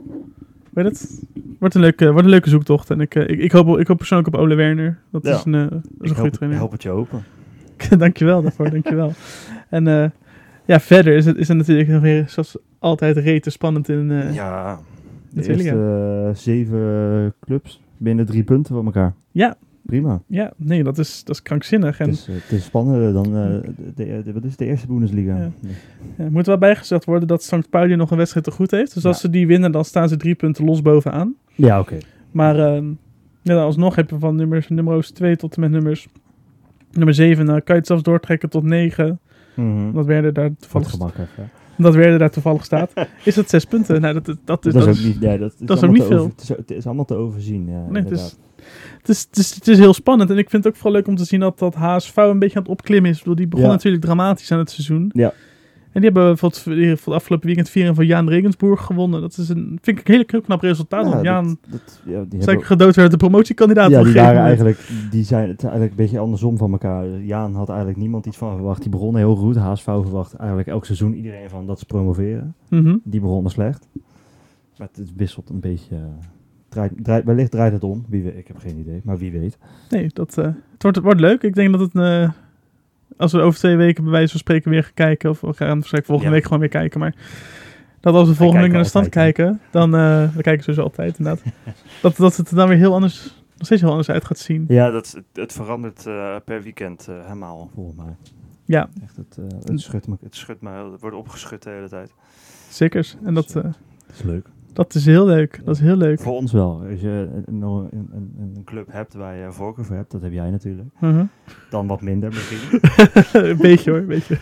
Wordt een leuke zoektocht. En ik hoop persoonlijk op Ole Werner. Dat is een goede trainer. Ik hoop het je open. Dankjewel daarvoor, dankjewel. En verder is het natuurlijk nog weer zoals altijd rete spannend in de eerste 7 clubs binnen 3 punten van elkaar. Ja. Prima. Ja, nee, dat is krankzinnig. En het is spannender dan wat is de eerste Bundesliga. Ja. Ja, moet wel bijgezegd worden dat St. Pauli nog een wedstrijd te goed heeft. Dus als ze die winnen, dan staan ze 3 punten los bovenaan. Ja, oké. Maar alsnog heb je van nummers 2 tot en met nummer 7. Dan kan je het zelfs doortrekken tot 9. Mm-hmm. Dat Werder daar toevallig staat. Is dat 6 punten? Nou, dat is ook niet, dat is ook niet veel. Het is allemaal te overzien. Ja, nee, het is heel spannend. En ik vind het ook vooral leuk om te zien dat HSV een beetje aan het opklimmen is. Ik bedoel, die begon natuurlijk dramatisch aan het seizoen. Ja. En die hebben bijvoorbeeld afgelopen weekend 4 van Jaan Regensburg gewonnen. Dat is vind ik een hele knap resultaat. Want Jaan gedood werd de promotiekandidaat. Ja, die zijn het eigenlijk een beetje andersom van elkaar. Jaan had eigenlijk niemand iets van verwacht. Die begonnen heel goed. HSV verwacht eigenlijk elk seizoen iedereen van dat ze promoveren. Mm-hmm. Die begonnen slecht. Maar het wisselt een beetje. Wellicht draait het om. Ik heb geen idee, maar wie weet. Nee, het wordt leuk. Ik denk dat het... als we over 2 weken bij wijze van spreken weer gaan kijken... of we gaan waarschijnlijk volgende week gewoon weer kijken... maar dat als we volgende week naar de stand kijken... dan we kijken sowieso altijd inderdaad... dat het er dan weer heel anders... nog steeds heel anders uit gaat zien. Ja, het verandert per weekend helemaal, volgens mij. Ja. Echt, het schudt me, het wordt opgeschud de hele tijd. Zekers. En dat is leuk. Dat is heel leuk. Dat is heel leuk. Voor ons wel. Als je een club hebt waar je voorkeur voor hebt, dat heb jij natuurlijk. Dan wat minder misschien. Een beetje hoor, een beetje.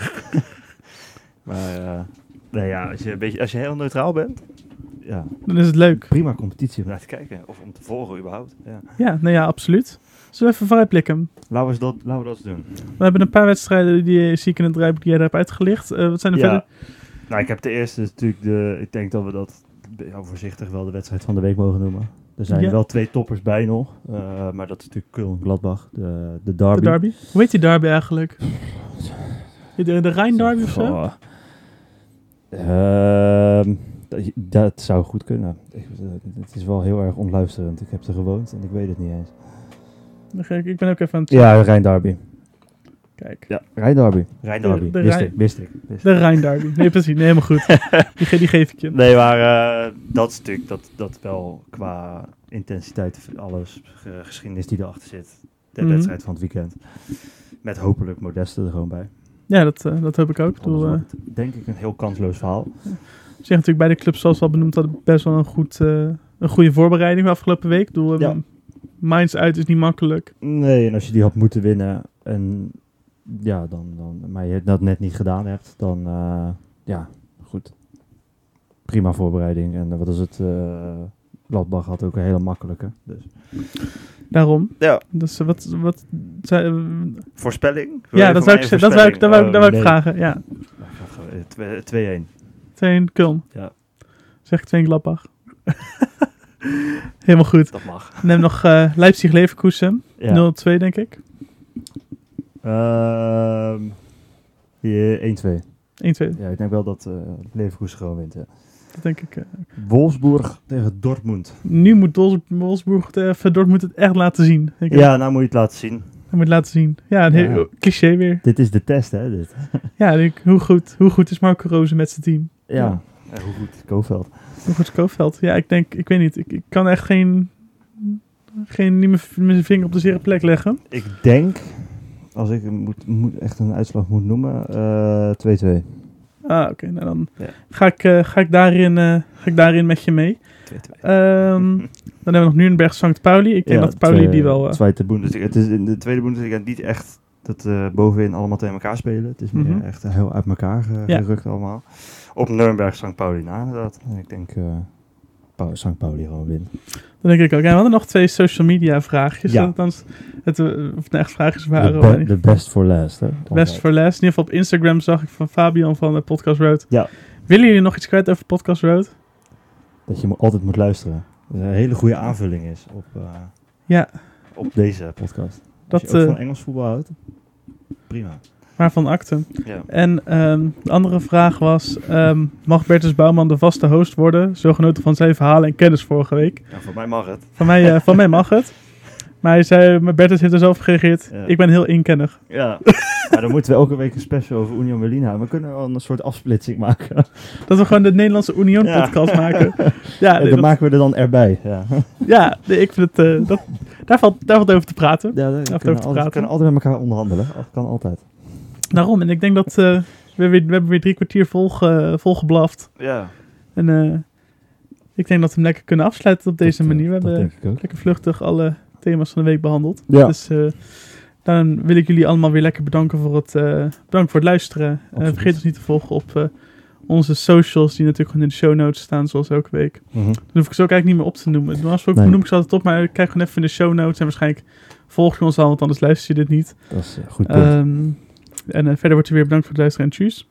Maar als je heel neutraal bent, ja, dan is het leuk. Prima competitie om naar te kijken. Of om te volgen überhaupt. Ja, absoluut. Zullen we even vooruitblikken? Laten we dat eens doen. We hebben een paar wedstrijden die zie ik in het draaiboek die jij hebt uitgelicht. Wat zijn er verder? Nou, ik heb de eerste natuurlijk ik denk dat we dat voorzichtig wel de wedstrijd van de week mogen noemen. Er zijn wel 2 toppers bij nog. Maar dat is natuurlijk Köln-Gladbach, de derby. De derby? Hoe heet die derby eigenlijk? De Rijn-derby of zo? Dat zou goed kunnen. Het is wel heel erg onluisterend. Ik heb er gewoond en ik weet het niet eens. Ik ben ook even aan het... Ja, de Rijn-derby. Kijk. Ja, Rijn-derby. Wist ik. De Rijn-derby. Nee, precies. Nee, helemaal goed. Die geef ik je. Nee, maar dat is natuurlijk dat wel qua intensiteit, alles, geschiedenis die erachter zit. De wedstrijd van het weekend. Met hopelijk Modeste er gewoon bij. Ja, dat hoop ik ook. Denk ik een heel kansloos verhaal. Ik zeg natuurlijk bij de club, zoals al benoemd, dat het best wel een goede voorbereiding de afgelopen week. Mainz uit is niet makkelijk. Nee, en als je die had moeten winnen en maar je dat net niet gedaan hebt, dan goed. Prima voorbereiding. En wat is het? Gladbach had ook een hele makkelijke. Dus. Daarom. Ja. Dus voorspelling? Ja, dat wou ik vragen. Ja. 2-1. 2-1 Köln. Ja. Zeg ik 2 Gladbach. Helemaal goed. Dat mag. Dan hebben we nog Leipzig-Leverkusen. 0-2 denk ik. 1-2. 1-2. Ja, ik denk wel dat Leverkusen gewoon wint. Ja. Dat denk ik. Wolfsburg tegen Dortmund. Nu moet Wolfsburg Dortmund het echt laten zien. Ja, nou moet je het laten zien. Ja, een heel cliché weer. Dit is de test, hè? Dit. Ja, hoe goed is Marco Rose met zijn team? Ja. Hoe goed is Kofeld? Hoe goed is Kofeld? Ja, ik weet niet. Ik kan echt niet met mijn vinger op de zere plek leggen. Ik denk, als ik echt een uitslag moet noemen, 2-2. Ah, oké. Nou dan ga ik daarin met je mee. 2-2. Dan hebben we nog Nuremberg St. Pauli. Ik denk dat Pauli die wel... Tweede Bundesliga. Het is in de tweede Bundesliga niet echt dat bovenin allemaal tegen elkaar spelen. Het is meer echt heel uit elkaar gerukt allemaal. Op Nuremberg St. Pauli na, inderdaad. En ik denk St. Pauli gewoon wint. Dat denk ik ook. Ja, we hadden nog 2 social media vraagjes. Ja. Of het echt vraagjes waren. De best for last. Hè? Best for last. In ieder geval op Instagram zag ik van Fabian van Podcast Road. Ja. Willen jullie nog iets kwijt over Podcast Road? Dat je altijd moet luisteren. Dat een hele goede aanvulling is op deze podcast. Als je ook van Engels voetbal houdt, prima. Waarvan akte. Ja. En de andere vraag was, mag Bertus Bouwman de vaste host worden? Zo genoten van zijn verhalen en kennis vorige week. Ja, voor mij mag het. Van mij mag het. Maar hij zei, Bertus heeft er zelf gereageerd. Ja. Ik ben heel inkennig. Ja, maar dan moeten we elke week een special over Union Berlin houden. We kunnen wel een soort afsplitsing maken. Dat we gewoon de Nederlandse Union podcast maken. Ja, en dan maken we er dan erbij. Ja, ik vind het, daar valt over te praten. Ja, we kunnen altijd met elkaar onderhandelen. Dat kan altijd. Daarom, en ik denk dat we hebben weer 3 kwartier volgeblaft. Ja. En ik denk dat we hem lekker kunnen afsluiten op deze manier. We hebben lekker vluchtig alle thema's van de week behandeld. Ja. Dus dan wil ik jullie allemaal weer lekker bedanken voor het luisteren. Vergeet ons niet te volgen op onze socials, die natuurlijk gewoon in de show notes staan, zoals elke week. Dan hoef ik ze ook eigenlijk niet meer op te noemen. Normaal gesproken noem ik ze altijd op, maar kijk gewoon even in de show notes en waarschijnlijk volg je ons al, want anders luister je dit niet. Dat is goed punt. En verder wordt je weer bedankt voor het luisteren en tjus.